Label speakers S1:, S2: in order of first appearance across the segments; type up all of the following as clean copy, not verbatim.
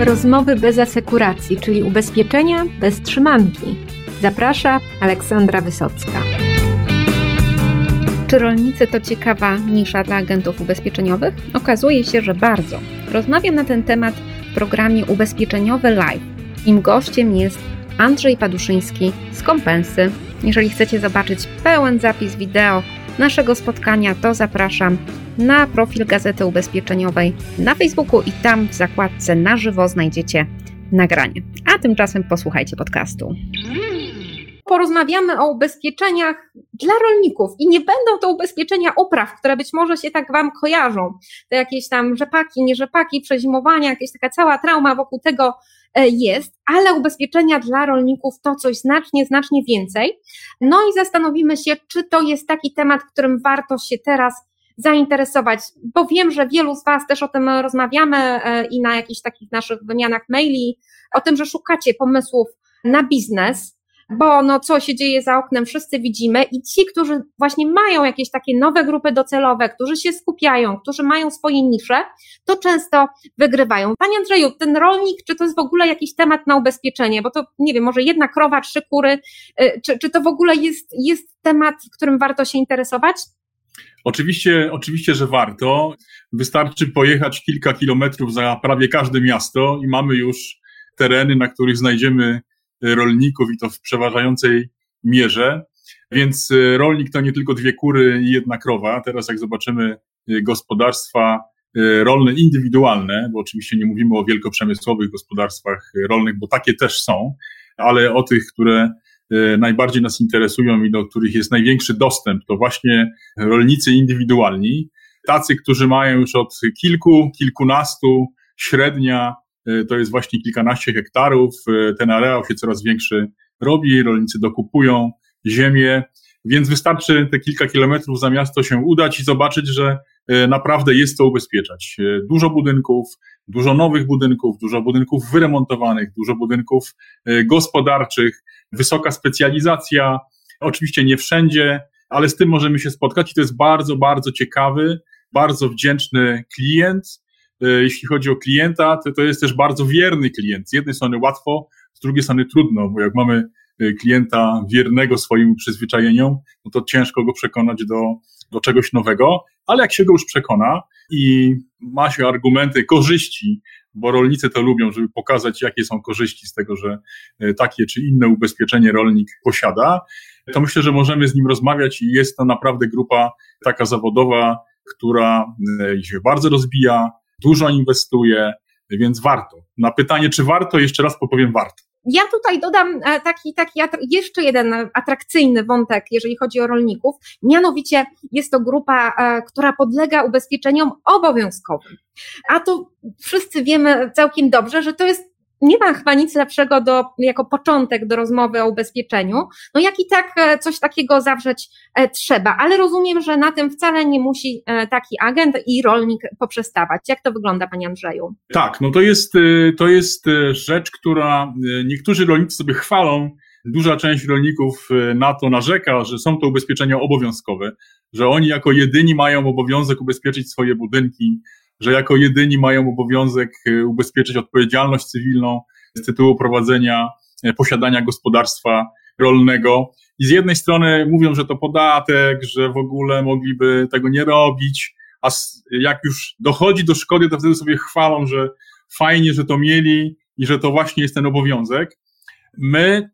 S1: Rozmowy bez asekuracji, czyli ubezpieczenia bez trzymanki. Zaprasza Aleksandra Wysocka. Czy rolnicy to ciekawa nisza dla agentów ubezpieczeniowych? Okazuje się, że bardzo. Rozmawiam na ten temat w programie Ubezpieczeniowy Live. Im gościem jest Andrzej Paduszyński z Kompensy. Jeżeli chcecie zobaczyć pełen zapis wideo naszego spotkania, to zapraszam na profil Gazety Ubezpieczeniowej na Facebooku i tam w zakładce na żywo znajdziecie nagranie. A tymczasem posłuchajcie podcastu. Porozmawiamy o ubezpieczeniach dla rolników i nie będą to ubezpieczenia upraw, które być może się tak Wam kojarzą. To jakieś tam rzepaki, nie rzepaki, przezimowania, jakaś taka cała trauma wokół tego jest, ale ubezpieczenia dla rolników to coś znacznie więcej. No i zastanowimy się, czy to jest taki temat, którym warto się teraz zainteresować, bo wiem, że wielu z Was też o tym rozmawiamy i na jakichś takich naszych wymianach maili, o tym, że szukacie pomysłów na biznes, bo co się dzieje za oknem, wszyscy widzimy i ci, którzy właśnie mają jakieś takie nowe grupy docelowe, którzy się skupiają, którzy mają swoje nisze, to często wygrywają. Panie Andrzeju, ten rolnik, czy to jest w ogóle jakiś temat na ubezpieczenie? Bo to, nie wiem, może 1 krowa, 3 kury, czy to w ogóle jest temat, którym warto się interesować?
S2: Oczywiście, że warto. Wystarczy pojechać kilka kilometrów za prawie każde miasto i mamy już tereny, na których znajdziemy rolników i to w przeważającej mierze. Więc rolnik to nie tylko 2 kury i 1 krowa. Teraz jak zobaczymy gospodarstwa rolne indywidualne, bo oczywiście nie mówimy o wielkoprzemysłowych gospodarstwach rolnych, bo takie też są, ale o tych, które najbardziej nas interesują i do których jest największy dostęp, to właśnie rolnicy indywidualni, tacy, którzy mają już od kilkunastu, średnia to jest właśnie kilkanaście hektarów, ten areał się coraz większy robi, rolnicy dokupują ziemię, więc wystarczy te kilka kilometrów za miasto się udać i zobaczyć, że naprawdę jest to ubezpieczać. Dużo budynków, dużo nowych budynków, dużo budynków wyremontowanych, dużo budynków gospodarczych, wysoka specjalizacja, oczywiście nie wszędzie, ale z tym możemy się spotkać i to jest bardzo ciekawy, bardzo wdzięczny klient. Jeśli chodzi o klienta, to jest też bardzo wierny klient. Z jednej strony łatwo, z drugiej strony trudno, bo jak mamy klienta wiernego swoim przyzwyczajeniom, no to ciężko go przekonać do czegoś nowego, ale jak się go już przekona i ma się argumenty korzyści, bo rolnicy to lubią, żeby pokazać, jakie są korzyści z tego, że takie czy inne ubezpieczenie rolnik posiada, to myślę, że możemy z nim rozmawiać i jest to naprawdę grupa taka zawodowa, która się bardzo rozwija, dużo inwestuje, więc warto. Na pytanie, czy warto, jeszcze raz powiem warto.
S1: Ja tutaj dodam taki jeszcze jeden atrakcyjny wątek, jeżeli chodzi o rolników. Mianowicie jest to grupa, która podlega ubezpieczeniom obowiązkowym. A to wszyscy wiemy całkiem dobrze, że to jest, nie ma chyba nic lepszego jako początek do rozmowy o ubezpieczeniu. No jak i tak coś takiego zawrzeć trzeba, ale rozumiem, że na tym wcale nie musi taki agent i rolnik poprzestawać. Jak to wygląda, panie Andrzeju?
S2: Tak, no to jest rzecz, która niektórzy rolnicy sobie chwalą. Duża część rolników na to narzeka, że są to ubezpieczenia obowiązkowe, że oni jako jedyni mają obowiązek ubezpieczyć swoje budynki, że jako jedyni mają obowiązek ubezpieczyć odpowiedzialność cywilną z tytułu prowadzenia, posiadania gospodarstwa rolnego. I z jednej strony mówią, że to podatek, że w ogóle mogliby tego nie robić, a jak już dochodzi do szkody, to wtedy sobie chwalą, że fajnie, że to mieli i że to właśnie jest ten obowiązek. My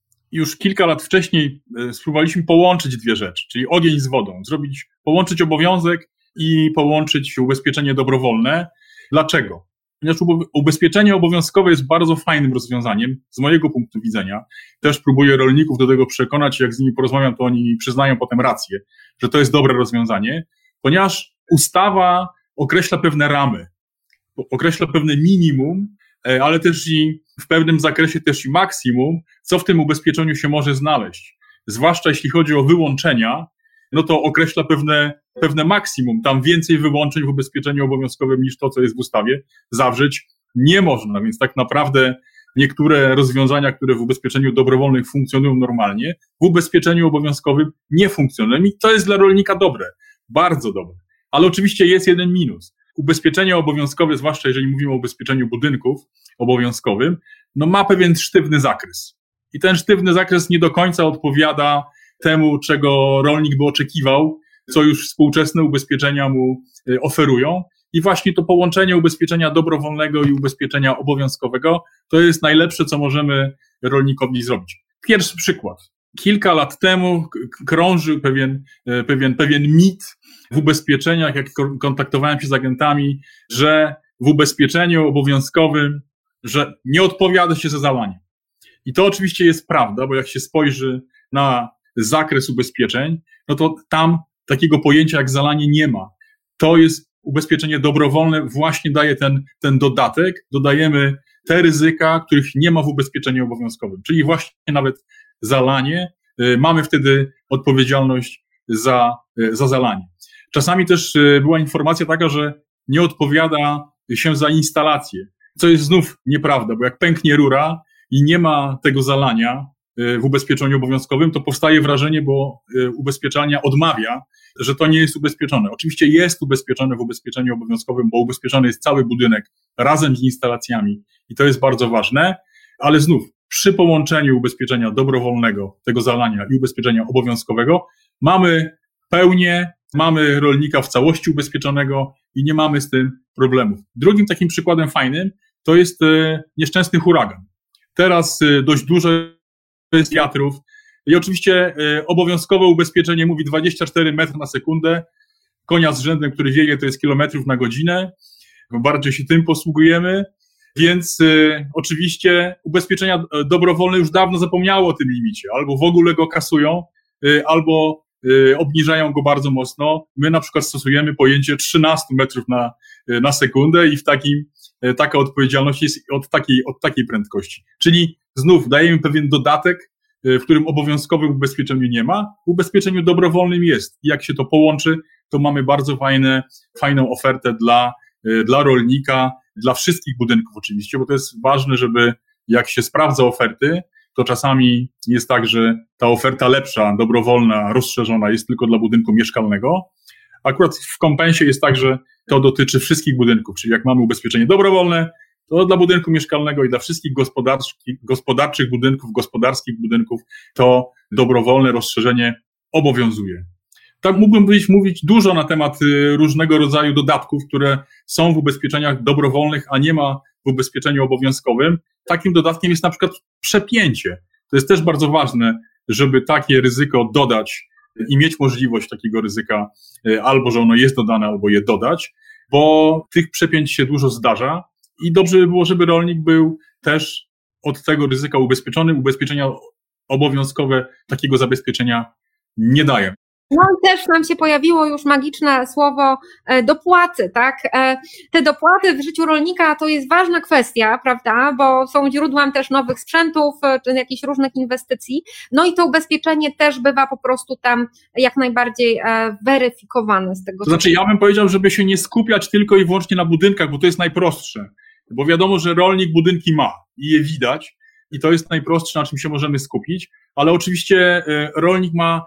S2: już kilka lat wcześniej spróbowaliśmy połączyć 2 rzeczy, czyli ogień z wodą, połączyć obowiązek i połączyć ubezpieczenie dobrowolne. Dlaczego? Ponieważ ubezpieczenie obowiązkowe jest bardzo fajnym rozwiązaniem, z mojego punktu widzenia. Też próbuję rolników do tego przekonać, jak z nimi porozmawiam, to oni przyznają potem rację, że to jest dobre rozwiązanie, ponieważ ustawa określa pewne ramy, określa pewne minimum, ale też i w pewnym zakresie też i maksimum, co w tym ubezpieczeniu się może znaleźć. Zwłaszcza jeśli chodzi o wyłączenia, no to określa pewne maksimum. Tam więcej wyłączeń w ubezpieczeniu obowiązkowym niż to, co jest w ustawie, zawrzeć nie można, więc tak naprawdę niektóre rozwiązania, które w ubezpieczeniu dobrowolnym funkcjonują normalnie, w ubezpieczeniu obowiązkowym nie funkcjonują i to jest dla rolnika dobre, bardzo dobre. Ale oczywiście jest jeden minus. ubezpieczenie obowiązkowe, zwłaszcza jeżeli mówimy o ubezpieczeniu budynków obowiązkowym, no ma pewien sztywny zakres. I ten sztywny zakres nie do końca odpowiada temu, czego rolnik by oczekiwał, co już współczesne ubezpieczenia mu oferują. I właśnie to połączenie ubezpieczenia dobrowolnego i ubezpieczenia obowiązkowego to jest najlepsze, co możemy rolnikowi zrobić. Pierwszy przykład. Kilka lat temu krążył pewien mit w ubezpieczeniach, jak kontaktowałem się z agentami, że w ubezpieczeniu obowiązkowym, że nie odpowiada się za zalanie. I to oczywiście jest prawda, bo jak się spojrzy na zakres ubezpieczeń, no to tam takiego pojęcia jak zalanie nie ma. To jest ubezpieczenie dobrowolne, właśnie daje ten dodatek, dodajemy te ryzyka, których nie ma w ubezpieczeniu obowiązkowym, czyli właśnie nawet zalanie, mamy wtedy odpowiedzialność za zalanie. Czasami też była informacja taka, że nie odpowiada się za instalację, co jest znów nieprawda, bo jak pęknie rura i nie ma tego zalania w ubezpieczeniu obowiązkowym, to powstaje wrażenie, bo ubezpieczalnia odmawia, że to nie jest ubezpieczone. Oczywiście jest ubezpieczone w ubezpieczeniu obowiązkowym, bo ubezpieczony jest cały budynek razem z instalacjami i to jest bardzo ważne, ale znów przy połączeniu ubezpieczenia dobrowolnego, tego zalania i ubezpieczenia obowiązkowego mamy pełnię, mamy rolnika w całości ubezpieczonego i nie mamy z tym problemów. Drugim takim przykładem fajnym to jest nieszczęsny huragan. Teraz dość dużo jest wiatrów i oczywiście obowiązkowe ubezpieczenie mówi 24 metry na sekundę. Konia z rzędem, który wieje, to jest kilometrów na godzinę. Bardziej się tym posługujemy, więc oczywiście ubezpieczenia dobrowolne już dawno zapomniało o tym limicie. Albo w ogóle go kasują, albo obniżają go bardzo mocno. My na przykład stosujemy pojęcie 13 metrów na sekundę i taka odpowiedzialność jest od takiej prędkości. Czyli znów dajemy pewien dodatek, w którym obowiązkowym ubezpieczeniu nie ma, w ubezpieczeniu dobrowolnym jest. I jak się to połączy, to mamy bardzo fajną ofertę dla rolnika, dla wszystkich budynków oczywiście, bo to jest ważne, żeby jak się sprawdza oferty, to czasami jest tak, że ta oferta lepsza, dobrowolna, rozszerzona jest tylko dla budynku mieszkalnego. Akurat w kompensie jest tak, że to dotyczy wszystkich budynków, czyli jak mamy ubezpieczenie dobrowolne, to dla budynku mieszkalnego i dla wszystkich gospodarczych budynków, gospodarskich budynków to dobrowolne rozszerzenie obowiązuje. Tak mógłbym mówić dużo na temat różnego rodzaju dodatków, które są w ubezpieczeniach dobrowolnych, a nie ma w ubezpieczeniu obowiązkowym. Takim dodatkiem jest na przykład przepięcie. To jest też bardzo ważne, żeby takie ryzyko dodać i mieć możliwość takiego ryzyka, albo że ono jest dodane, albo je dodać, bo tych przepięć się dużo zdarza i dobrze by było, żeby rolnik był też od tego ryzyka ubezpieczony. Ubezpieczenia obowiązkowe takiego zabezpieczenia nie dają.
S1: No i też nam się pojawiło już magiczne słowo dopłaty, tak? Te dopłaty w życiu rolnika to jest ważna kwestia, prawda? Bo są źródłem też nowych sprzętów, czy jakichś różnych inwestycji. No i to ubezpieczenie też bywa po prostu tam jak najbardziej weryfikowane z tego.
S2: To znaczy ja bym powiedział, żeby się nie skupiać tylko i wyłącznie na budynkach, bo to jest najprostsze. Bo wiadomo, że rolnik budynki ma i je widać i to jest najprostsze, na czym się możemy skupić, ale oczywiście rolnik ma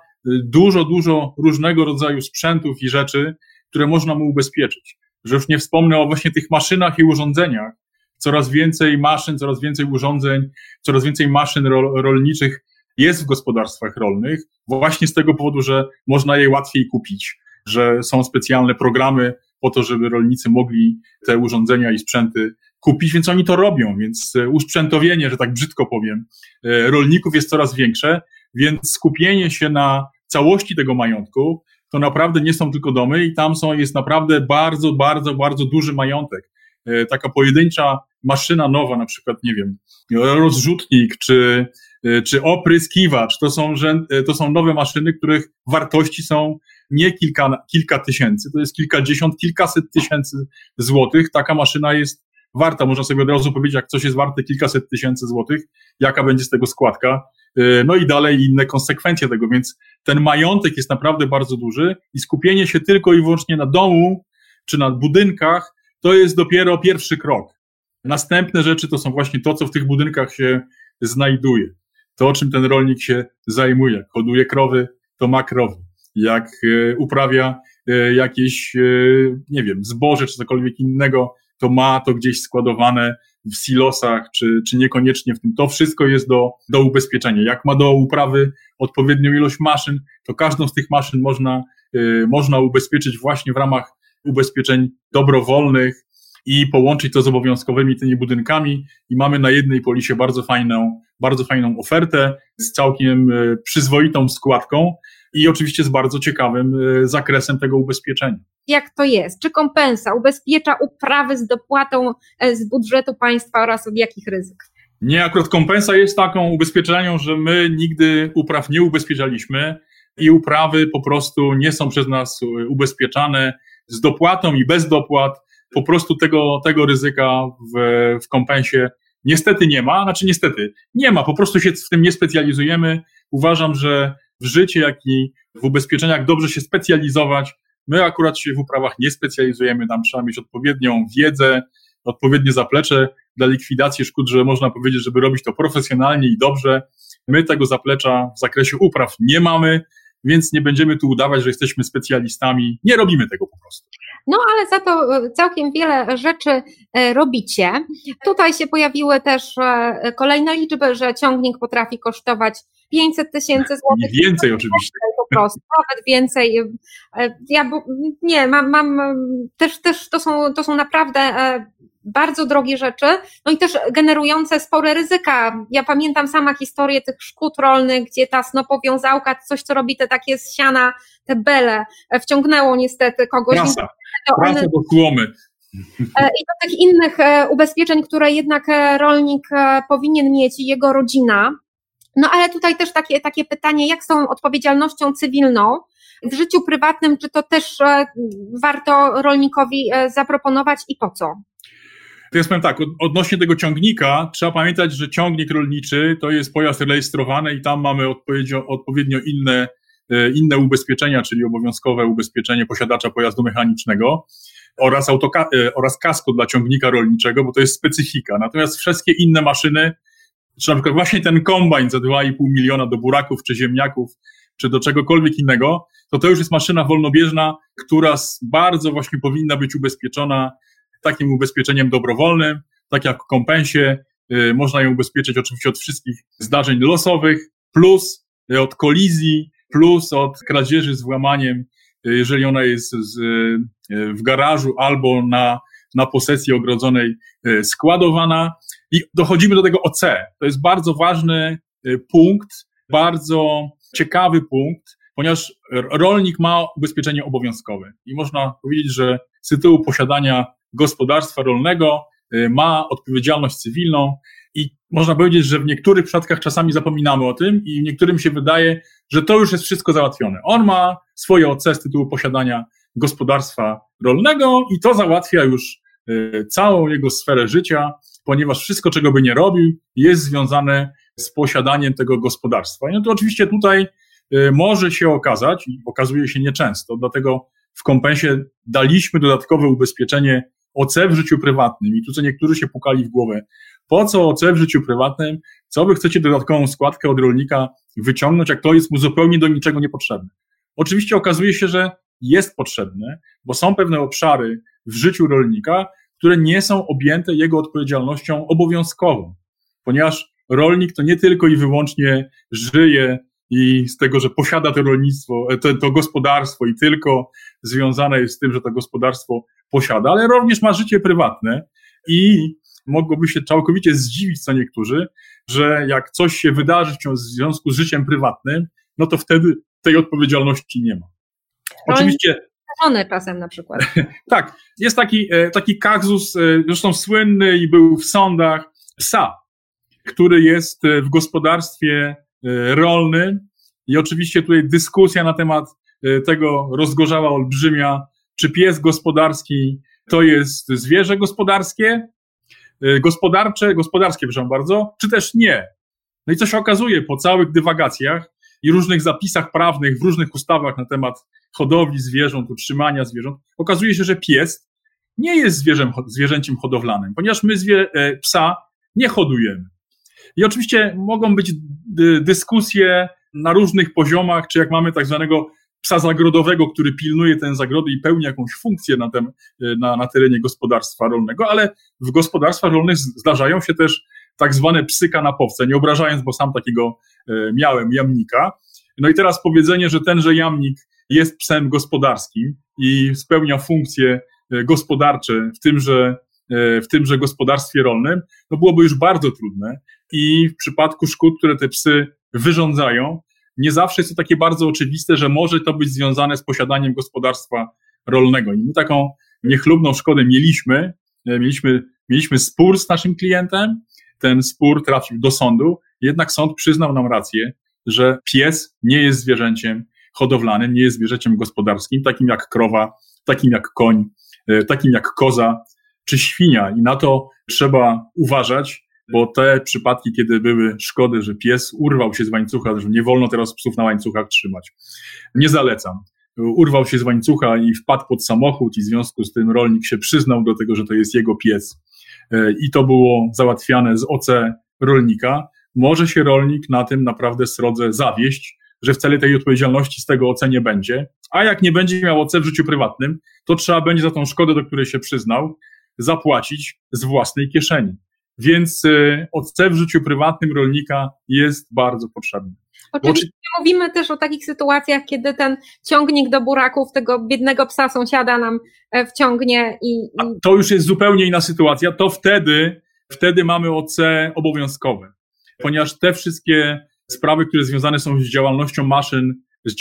S2: dużo różnego rodzaju sprzętów i rzeczy, które można mu ubezpieczyć. Że już nie wspomnę o właśnie tych maszynach i urządzeniach. Coraz więcej maszyn, coraz więcej urządzeń, coraz więcej maszyn rolniczych jest w gospodarstwach rolnych właśnie z tego powodu, że można je łatwiej kupić, że są specjalne programy po to, żeby rolnicy mogli te urządzenia i sprzęty kupić, więc oni to robią, więc usprzętowienie, że tak brzydko powiem, rolników jest coraz większe, więc skupienie się na całości tego majątku to naprawdę nie są tylko domy i tam jest naprawdę bardzo duży majątek. Taka pojedyncza maszyna nowa, na przykład, nie wiem, rozrzutnik czy opryskiwacz, to są nowe maszyny, których wartości są nie kilka tysięcy, to jest kilkadziesiąt, kilkaset tysięcy złotych. Taka maszyna jest warta, można sobie od razu powiedzieć, jak coś jest warte kilkaset tysięcy złotych, jaka będzie z tego składka, no i dalej inne konsekwencje tego, więc ten majątek jest naprawdę bardzo duży i skupienie się tylko i wyłącznie na domu czy na budynkach to jest dopiero pierwszy krok. Następne rzeczy to są właśnie to, co w tych budynkach się znajduje, to o czym ten rolnik się zajmuje. Jak hoduje krowy, to ma krowy. Jak uprawia jakieś, nie wiem, zboże czy cokolwiek innego, to ma to gdzieś składowane w silosach, czy niekoniecznie w tym. To wszystko jest do ubezpieczenia. Jak ma do uprawy odpowiednią ilość maszyn, to każdą z tych maszyn można ubezpieczyć właśnie w ramach ubezpieczeń dobrowolnych i połączyć to z obowiązkowymi tymi budynkami i mamy na jednej polisie bardzo fajną ofertę z całkiem przyzwoitą składką i oczywiście z bardzo ciekawym zakresem tego ubezpieczenia.
S1: Jak to jest? Czy kompensa ubezpiecza uprawy z dopłatą z budżetu państwa oraz od jakich ryzyk?
S2: Nie, akurat kompensa jest taką ubezpieczalnią, że my nigdy upraw nie ubezpieczaliśmy i uprawy po prostu nie są przez nas ubezpieczane z dopłatą i bez dopłat. Po prostu tego ryzyka w kompensie niestety nie ma, nie ma, po prostu się w tym nie specjalizujemy. Uważam, że w życiu, jak i w ubezpieczeniach dobrze się specjalizować. My akurat się w uprawach nie specjalizujemy, tam trzeba mieć odpowiednią wiedzę, odpowiednie zaplecze dla likwidacji szkód, że można powiedzieć, żeby robić to profesjonalnie i dobrze. My tego zaplecza w zakresie upraw nie mamy, więc nie będziemy tu udawać, że jesteśmy specjalistami. Nie robimy tego po prostu.
S1: No ale za to całkiem wiele rzeczy robicie. Tutaj się pojawiły też kolejne liczby, że ciągnik potrafi kosztować 500 000 złotych.
S2: I więcej oczywiście.
S1: Po prostu, nawet więcej. Mam też to są naprawdę bardzo drogie rzeczy, no i też generujące spore ryzyka. Ja pamiętam sama historię tych szkód rolnych, gdzie ta snopowiązałka, coś co robi te takie z siana, te bele, wciągnęło niestety kogoś.
S2: Prasa do słomy.
S1: I do tych innych ubezpieczeń, które jednak rolnik powinien mieć i jego rodzina. No ale tutaj też takie pytanie, jak z tą odpowiedzialnością cywilną w życiu prywatnym, czy to też warto rolnikowi zaproponoodpowiedzieć i po co?
S2: To jest, powiem tak, odnośnie tego ciągnika, trzeba pamiętać, że ciągnik rolniczy to jest pojazd rejestrowany i tam mamy odpowiednio inne ubezpieczenia, czyli obowiązkowe ubezpieczenie posiadacza pojazdu mechanicznego oraz kasko dla ciągnika rolniczego, bo to jest specyfika. Natomiast wszystkie inne maszyny, czy na przykład właśnie ten kombajn za 2,5 miliona do buraków czy ziemniaków, czy do czegokolwiek innego, to już jest maszyna wolnobieżna, która bardzo właśnie powinna być ubezpieczona takim ubezpieczeniem dobrowolnym, tak jak w kompensie. Można ją ubezpieczyć oczywiście od wszystkich zdarzeń losowych, plus od kolizji, plus od kradzieży z włamaniem, jeżeli ona jest w garażu albo na posesji ogrodzonej składowana. I dochodzimy do tego OC. To jest bardzo ważny punkt, bardzo ciekawy punkt, ponieważ rolnik ma ubezpieczenie obowiązkowe i można powiedzieć, że z tytułu posiadania gospodarstwa rolnego ma odpowiedzialność cywilną i można powiedzieć, że w niektórych przypadkach czasami zapominamy o tym i niektórym się wydaje, że to już jest wszystko załatwione. On ma swoje OC z tytułu posiadania gospodarstwa rolnego i to załatwia już całą jego sferę życia, ponieważ wszystko, czego by nie robił, jest związane z posiadaniem tego gospodarstwa. I no to oczywiście tutaj może się okazać, i okazuje się nieczęsto, dlatego w kompensie daliśmy dodatkowe ubezpieczenie OC w życiu prywatnym. I tu co niektórzy się pukali w głowę. Po co OC w życiu prywatnym? Co wy chcecie dodatkową składkę od rolnika wyciągnąć, jak to jest mu zupełnie do niczego niepotrzebne? Oczywiście okazuje się, że jest potrzebne, bo są pewne obszary w życiu rolnika, które nie są objęte jego odpowiedzialnością obowiązkową, ponieważ rolnik to nie tylko i wyłącznie żyje i z tego, że posiada to rolnictwo, to gospodarstwo i tylko związane jest z tym, że to gospodarstwo posiada, ale również ma życie prywatne i mogłoby się całkowicie zdziwić co niektórzy, że jak coś się wydarzy w związku z życiem prywatnym, no to wtedy tej odpowiedzialności nie ma.
S1: Oczywiście żonę czasem na przykład.
S2: Tak, jest taki kazus, zresztą słynny i był w sądach, psa, który jest w gospodarstwie rolnym i oczywiście tutaj dyskusja na temat tego rozgorzała olbrzymia, czy pies gospodarski to jest zwierzę gospodarskie, proszę bardzo, czy też nie. No i co się okazuje po całych dywagacjach i różnych zapisach prawnych w różnych ustawach na temat hodowli zwierząt, utrzymania zwierząt, okazuje się, że pies nie jest zwierzęciem hodowlanym, ponieważ my psa nie hodujemy. I oczywiście mogą być dyskusje na różnych poziomach, czy jak mamy tak zwanego psa zagrodowego, który pilnuje tę zagrodę i pełni jakąś funkcję na terenie gospodarstwa rolnego, ale w gospodarstwach rolnych zdarzają się też tak zwane psy kanapowce, nie obrażając, bo sam takiego miałem, jamnika. No i teraz powiedzenie, że tenże jamnik jest psem gospodarskim i spełnia funkcje gospodarcze w tymże gospodarstwie rolnym, no byłoby już bardzo trudne i w przypadku szkód, które te psy wyrządzają, nie zawsze jest to takie bardzo oczywiste, że może to być związane z posiadaniem gospodarstwa rolnego. I my taką niechlubną szkodę mieliśmy spór z naszym klientem, ten spór trafił do sądu, jednak sąd przyznał nam rację, że pies nie jest zwierzęciem hodowlanym, nie jest zwierzęciem gospodarskim, takim jak krowa, takim jak koń, takim jak koza czy świnia. I na to trzeba uważać, bo te przypadki, kiedy były szkody, że pies urwał się z łańcucha, że nie wolno teraz psów na łańcuchach trzymać, nie zalecam. Urwał się z łańcucha i wpadł pod samochód i w związku z tym rolnik się przyznał do tego, że to jest jego pies i to było załatwiane z OC rolnika. Może się rolnik na tym naprawdę srodze zawieść, że wcale tej odpowiedzialności z tego OC nie będzie, a jak nie będzie miał OC w życiu prywatnym, to trzeba będzie za tą szkodę, do której się przyznał, zapłacić z własnej kieszeni. Więc OC w życiu prywatnym rolnika jest bardzo potrzebny.
S1: Oczywiście mówimy też o takich sytuacjach, kiedy ten ciągnik do buraków tego biednego psa sąsiada nam wciągnie
S2: A to już jest zupełnie inna sytuacja, to wtedy mamy OC obowiązkowe, ponieważ te wszystkie sprawy, które związane są z działalnością maszyn,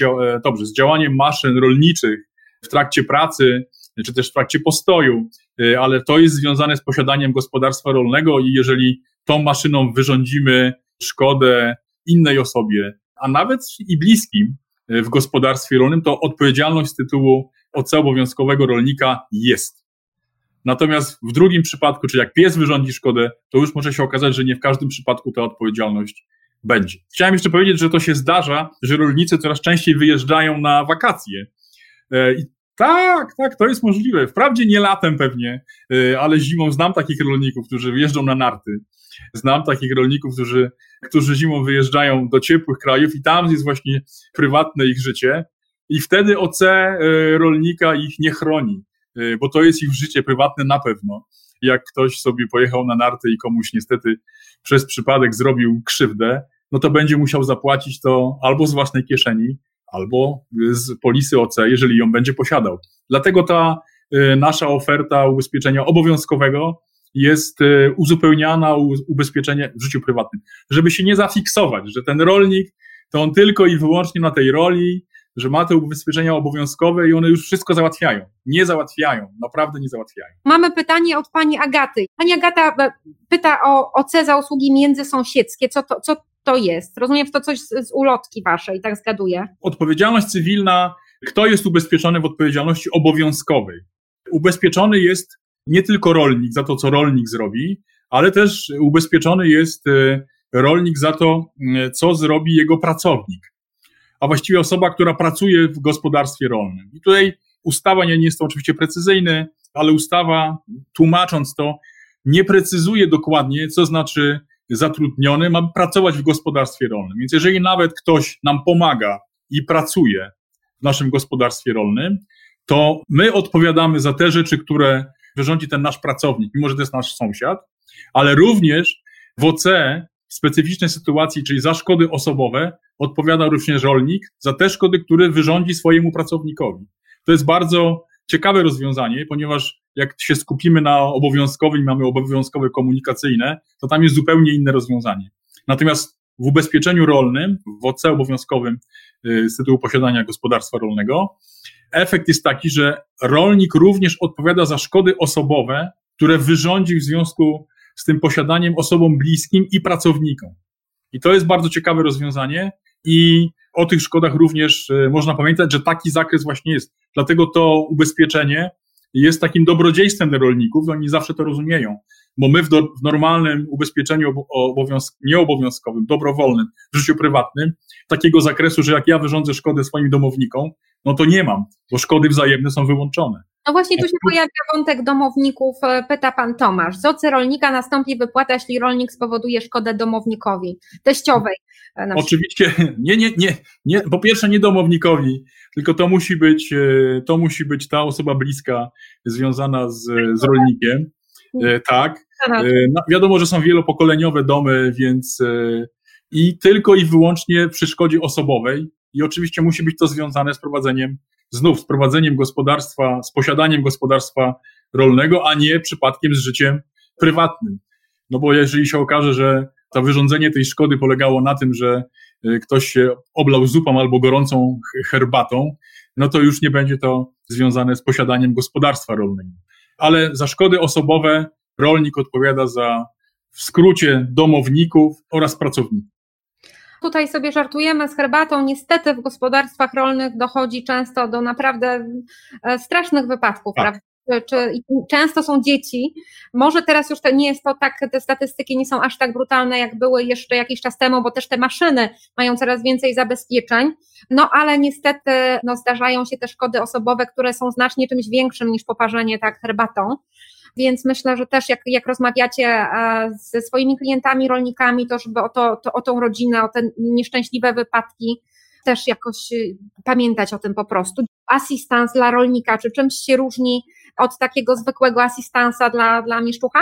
S2: z działaniem maszyn rolniczych w trakcie pracy, czy też w trakcie postoju, ale to jest związane z posiadaniem gospodarstwa rolnego i jeżeli tą maszyną wyrządzimy szkodę innej osobie, a nawet i bliskim w gospodarstwie rolnym, to odpowiedzialność z tytułu OC obowiązkowego rolnika jest. Natomiast w drugim przypadku, czyli jak pies wyrządzi szkodę, to już może się okazać, że nie w każdym przypadku ta odpowiedzialność będzie. Chciałem jeszcze powiedzieć, że to się zdarza, że rolnicy coraz częściej wyjeżdżają na wakacje. I tak, to jest możliwe. Wprawdzie nie latem pewnie, ale zimą znam takich rolników, którzy wyjeżdżą na narty. Znam takich rolników, którzy zimą wyjeżdżają do ciepłych krajów i tam jest właśnie prywatne ich życie i wtedy OC rolnika ich nie chroni, bo to jest ich życie prywatne na pewno. Jak ktoś sobie pojechał na narty i komuś niestety przez przypadek zrobił krzywdę, no to będzie musiał zapłacić to albo z własnej kieszeni, albo z polisy OC, jeżeli ją będzie posiadał. Dlatego ta nasza oferta ubezpieczenia obowiązkowego jest uzupełniana o ubezpieczenie w życiu prywatnym, żeby się nie zafiksować, że ten rolnik to on tylko i wyłącznie na tej roli, że ma te ubezpieczenia obowiązkowe i one już wszystko załatwiają. Nie załatwiają, naprawdę nie załatwiają.
S1: Mamy pytanie od pani Agaty. Pani Agata pyta o OC za usługi międzysąsiedzkie. Co to jest? Rozumiem, że to coś z ulotki waszej, tak zgaduję.
S2: Odpowiedzialność cywilna, kto jest ubezpieczony w odpowiedzialności obowiązkowej? Ubezpieczony jest nie tylko rolnik za to, co rolnik zrobi, ale też ubezpieczony jest rolnik za to, co zrobi jego pracownik, a właściwie osoba, która pracuje w gospodarstwie rolnym. I tutaj ustawa, nie jest to oczywiście precyzyjny, ale ustawa, tłumacząc to, nie precyzuje dokładnie, co znaczy zatrudniony, ma pracować w gospodarstwie rolnym. Więc jeżeli nawet ktoś nam pomaga i pracuje w naszym gospodarstwie rolnym, to my odpowiadamy za te rzeczy, które wyrządzi ten nasz pracownik, mimo że to jest nasz sąsiad, ale również w OC w specyficznej sytuacji, czyli za szkody osobowe, odpowiada również rolnik za te szkody, które wyrządzi swojemu pracownikowi. To jest bardzo ciekawe rozwiązanie, ponieważ jak się skupimy na obowiązkowym, mamy obowiązkowe komunikacyjne, to tam jest zupełnie inne rozwiązanie. Natomiast w ubezpieczeniu rolnym, w OC obowiązkowym z tytułu posiadania gospodarstwa rolnego, efekt jest taki, że rolnik również odpowiada za szkody osobowe, które wyrządzi w związku z tym posiadaniem osobom bliskim i pracownikom. I to jest bardzo ciekawe rozwiązanie i o tych szkodach również można pamiętać, że taki zakres właśnie jest. Dlatego to ubezpieczenie jest takim dobrodziejstwem dla rolników, oni zawsze to rozumieją, bo my w normalnym ubezpieczeniu nieobowiązkowym, dobrowolnym, w życiu prywatnym, takiego zakresu, że jak ja wyrządzę szkodę swoim domownikom, no to nie mam, bo szkody wzajemne są wyłączone.
S1: No właśnie tu się pojawia wątek domowników, pyta pan Tomasz. Z OC rolnika nastąpi wypłata, jeśli rolnik spowoduje szkodę domownikowi, teściowej.
S2: Oczywiście, nie, po pierwsze nie domownikowi, tylko to musi być ta osoba bliska, związana z rolnikiem. Tak. No, wiadomo, że są wielopokoleniowe domy, więc i tylko i wyłącznie przy szkodzie osobowej i oczywiście musi być to związane z prowadzeniem gospodarstwa, z posiadaniem gospodarstwa rolnego, a nie przypadkiem z życiem prywatnym. No bo jeżeli się okaże, że to wyrządzenie tej szkody polegało na tym, że ktoś się oblał zupą albo gorącą herbatą, no to już nie będzie to związane z posiadaniem gospodarstwa rolnego. Ale za szkody osobowe rolnik odpowiada w skrócie, domowników oraz pracowników.
S1: Tutaj sobie żartujemy z herbatą. Niestety w gospodarstwach rolnych dochodzi często do naprawdę strasznych wypadków,
S2: tak.
S1: Prawda? Często są dzieci. Może teraz już nie jest to tak, te statystyki nie są aż tak brutalne, jak były jeszcze jakiś czas temu, bo też te maszyny mają coraz więcej zabezpieczeń. No ale niestety zdarzają się te szkody osobowe, które są znacznie czymś większym niż poparzenie tak herbatą. Więc myślę, że też jak rozmawiacie ze swoimi klientami, rolnikami, to żeby o tą rodzinę, o te nieszczęśliwe wypadki też jakoś pamiętać o tym po prostu. Asystans dla rolnika, czy czymś się różni od takiego zwykłego asystansa dla mieszczucha?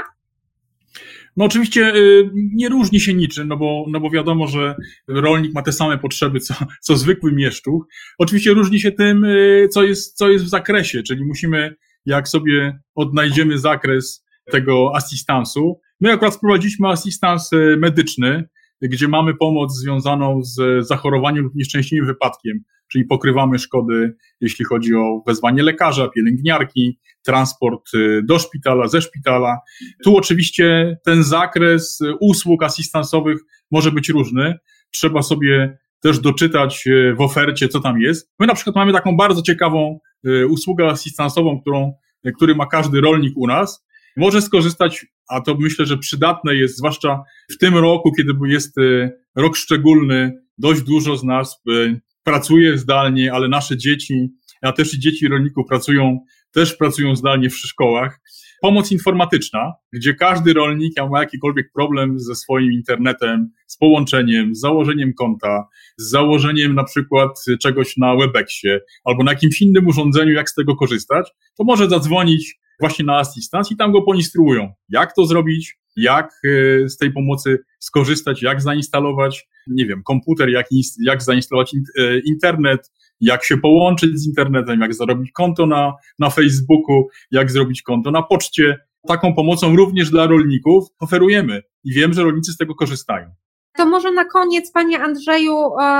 S2: No oczywiście nie różni się niczym, no bo wiadomo, że rolnik ma te same potrzeby, co zwykły mieszczuch. Oczywiście różni się tym, co jest w zakresie, czyli musimy, jak sobie odnajdziemy zakres tego asystansu. My akurat wprowadziliśmy asystans medyczny, gdzie mamy pomoc związaną z zachorowaniem lub nieszczęśliwym wypadkiem, czyli pokrywamy szkody, jeśli chodzi o wezwanie lekarza, pielęgniarki, transport do szpitala, ze szpitala. Tu oczywiście ten zakres usług asystansowych może być różny. Trzeba sobie też doczytać w ofercie, co tam jest. My na przykład mamy taką bardzo ciekawą usługę asystansową, który ma każdy rolnik u nas. Może skorzystać, a to myślę, że przydatne jest, zwłaszcza w tym roku, kiedy jest rok szczególny, dość dużo z nas pracuje zdalnie, ale nasze dzieci, a też i dzieci rolników pracują zdalnie w szkołach. Pomoc informatyczna, gdzie każdy rolnik ma jakikolwiek problem ze swoim internetem, z połączeniem, z założeniem konta, z założeniem na przykład czegoś na Webexie albo na jakimś innym urządzeniu, jak z tego korzystać, to może zadzwonić właśnie na asystans i tam go poinstruują, jak to zrobić, jak z tej pomocy skorzystać, jak zainstalować, nie wiem, komputer, jak zainstalować internet, jak się połączyć z internetem, jak zrobić konto na Facebooku, jak zrobić konto na poczcie. Taką pomocą również dla rolników oferujemy i wiem, że rolnicy z tego korzystają.
S1: To może na koniec, panie Andrzeju,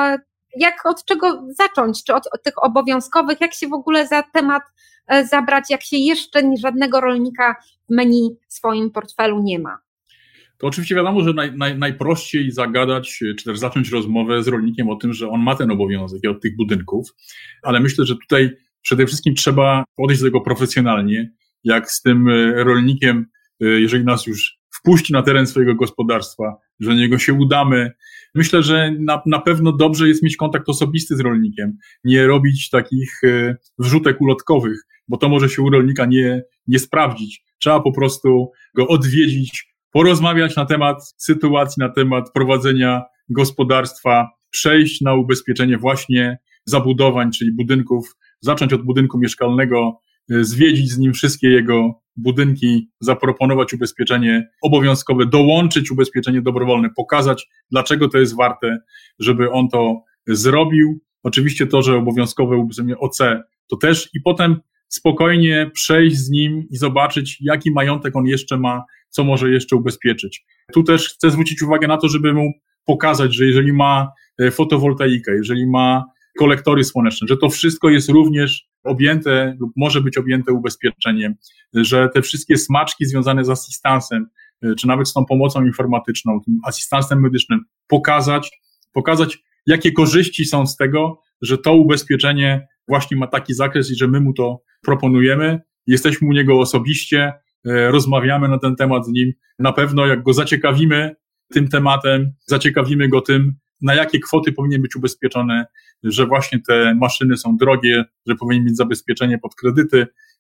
S1: od czego zacząć? Czy od tych obowiązkowych? Jak się w ogóle za temat zabrać, jak się jeszcze żadnego rolnika w menu w swoim portfelu nie ma?
S2: To oczywiście wiadomo, że najprościej zagadać, czy też zacząć rozmowę z rolnikiem o tym, że on ma ten obowiązek i od tych budynków, ale myślę, że tutaj przede wszystkim trzeba podejść do tego profesjonalnie, jak z tym rolnikiem, jeżeli nas już wpuści na teren swojego gospodarstwa, że do niego się udamy. Myślę, że na pewno dobrze jest mieć kontakt osobisty z rolnikiem, nie robić takich wrzutek ulotkowych, bo to może się u rolnika nie sprawdzić. Trzeba po prostu go odwiedzić, porozmawiać na temat sytuacji, na temat prowadzenia gospodarstwa, przejść na ubezpieczenie właśnie zabudowań, czyli budynków, zacząć od budynku mieszkalnego, zwiedzić z nim wszystkie jego budynki, zaproponować ubezpieczenie obowiązkowe, dołączyć ubezpieczenie dobrowolne, pokazać, dlaczego to jest warte, żeby on to zrobił. Oczywiście to, że obowiązkowe ubezpieczenie OC to też i potem spokojnie przejść z nim i zobaczyć, jaki majątek on jeszcze ma, co może jeszcze ubezpieczyć. Tu też chcę zwrócić uwagę na to, żeby mu pokazać, że jeżeli ma fotowoltaikę, jeżeli ma kolektory słoneczne, że to wszystko jest również objęte lub może być objęte ubezpieczeniem, że te wszystkie smaczki związane z asystansem, czy nawet z tą pomocą informatyczną, tym asystansem medycznym, pokazać, jakie korzyści są z tego, że to ubezpieczenie właśnie ma taki zakres i że my mu to proponujemy. Jesteśmy u niego osobiście, rozmawiamy na ten temat z nim. Na pewno jak go zaciekawimy tym tematem, zaciekawimy go tym, na jakie kwoty powinien być ubezpieczone, że właśnie te maszyny są drogie, że powinien mieć zabezpieczenie pod kredyty,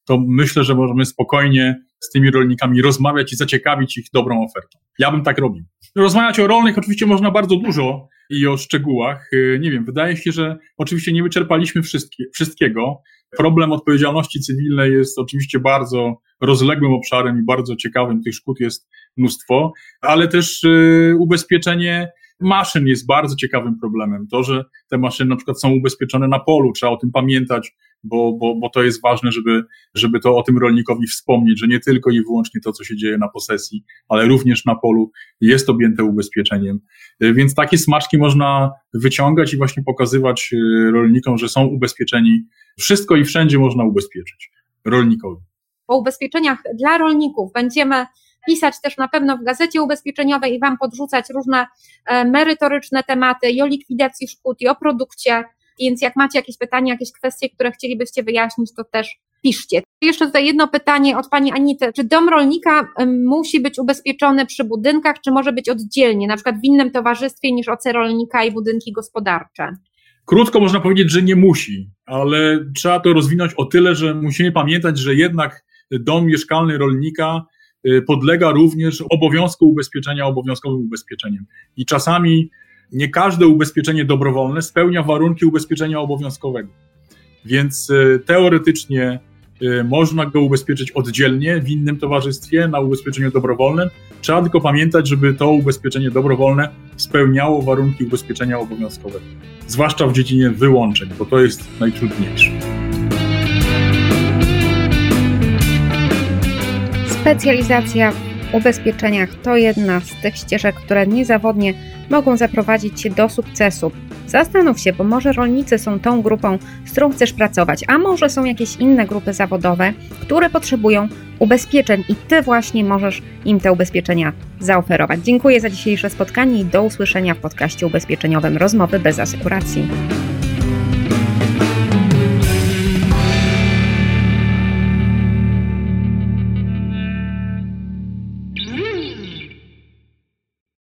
S2: to myślę, że możemy spokojnie z tymi rolnikami rozmawiać i zaciekawić ich dobrą ofertą. Ja bym tak robił. Rozmawiać o rolnych oczywiście można bardzo dużo i o szczegółach. Nie wiem, wydaje się, że oczywiście nie wyczerpaliśmy wszystkiego. Problem odpowiedzialności cywilnej jest oczywiście bardzo rozległym obszarem i bardzo ciekawym. Tych szkód jest mnóstwo, ale też ubezpieczenie maszyn jest bardzo ciekawym problemem. To, że te maszyny na przykład są ubezpieczone na polu, trzeba o tym pamiętać, bo to jest ważne, żeby to o tym rolnikowi wspomnieć, że nie tylko i wyłącznie to, co się dzieje na posesji, ale również na polu jest objęte ubezpieczeniem. Więc takie smaczki można wyciągać i właśnie pokazywać rolnikom, że są ubezpieczeni. Wszystko i wszędzie można ubezpieczyć rolnikowi.
S1: O ubezpieczeniach dla rolników będziemy pisać też na pewno w Gazecie Ubezpieczeniowej i Wam podrzucać różne merytoryczne tematy i o likwidacji szkód, i o produkcie, więc jak macie jakieś pytania, jakieś kwestie, które chcielibyście wyjaśnić, to też piszcie. Jeszcze tutaj jedno pytanie od Pani Anity. Czy dom rolnika musi być ubezpieczony przy budynkach, czy może być oddzielnie, na przykład w innym towarzystwie niż OC rolnika i budynki gospodarcze?
S2: Krótko można powiedzieć, że nie musi, ale trzeba to rozwinąć o tyle, że musimy pamiętać, że jednak dom mieszkalny rolnika podlega również obowiązku ubezpieczenia obowiązkowym ubezpieczeniem. I czasami nie każde ubezpieczenie dobrowolne spełnia warunki ubezpieczenia obowiązkowego. Więc teoretycznie można go ubezpieczyć oddzielnie w innym towarzystwie na ubezpieczeniu dobrowolnym. Trzeba tylko pamiętać, żeby to ubezpieczenie dobrowolne spełniało warunki ubezpieczenia obowiązkowego. Zwłaszcza w dziedzinie wyłączeń, bo to jest najtrudniejsze.
S1: Specjalizacja w ubezpieczeniach to jedna z tych ścieżek, które niezawodnie mogą zaprowadzić Cię do sukcesu. Zastanów się, bo może rolnicy są tą grupą, z którą chcesz pracować, a może są jakieś inne grupy zawodowe, które potrzebują ubezpieczeń i Ty właśnie możesz im te ubezpieczenia zaoferować. Dziękuję za dzisiejsze spotkanie i do usłyszenia w podcaście ubezpieczeniowym Rozmowy bez asekuracji.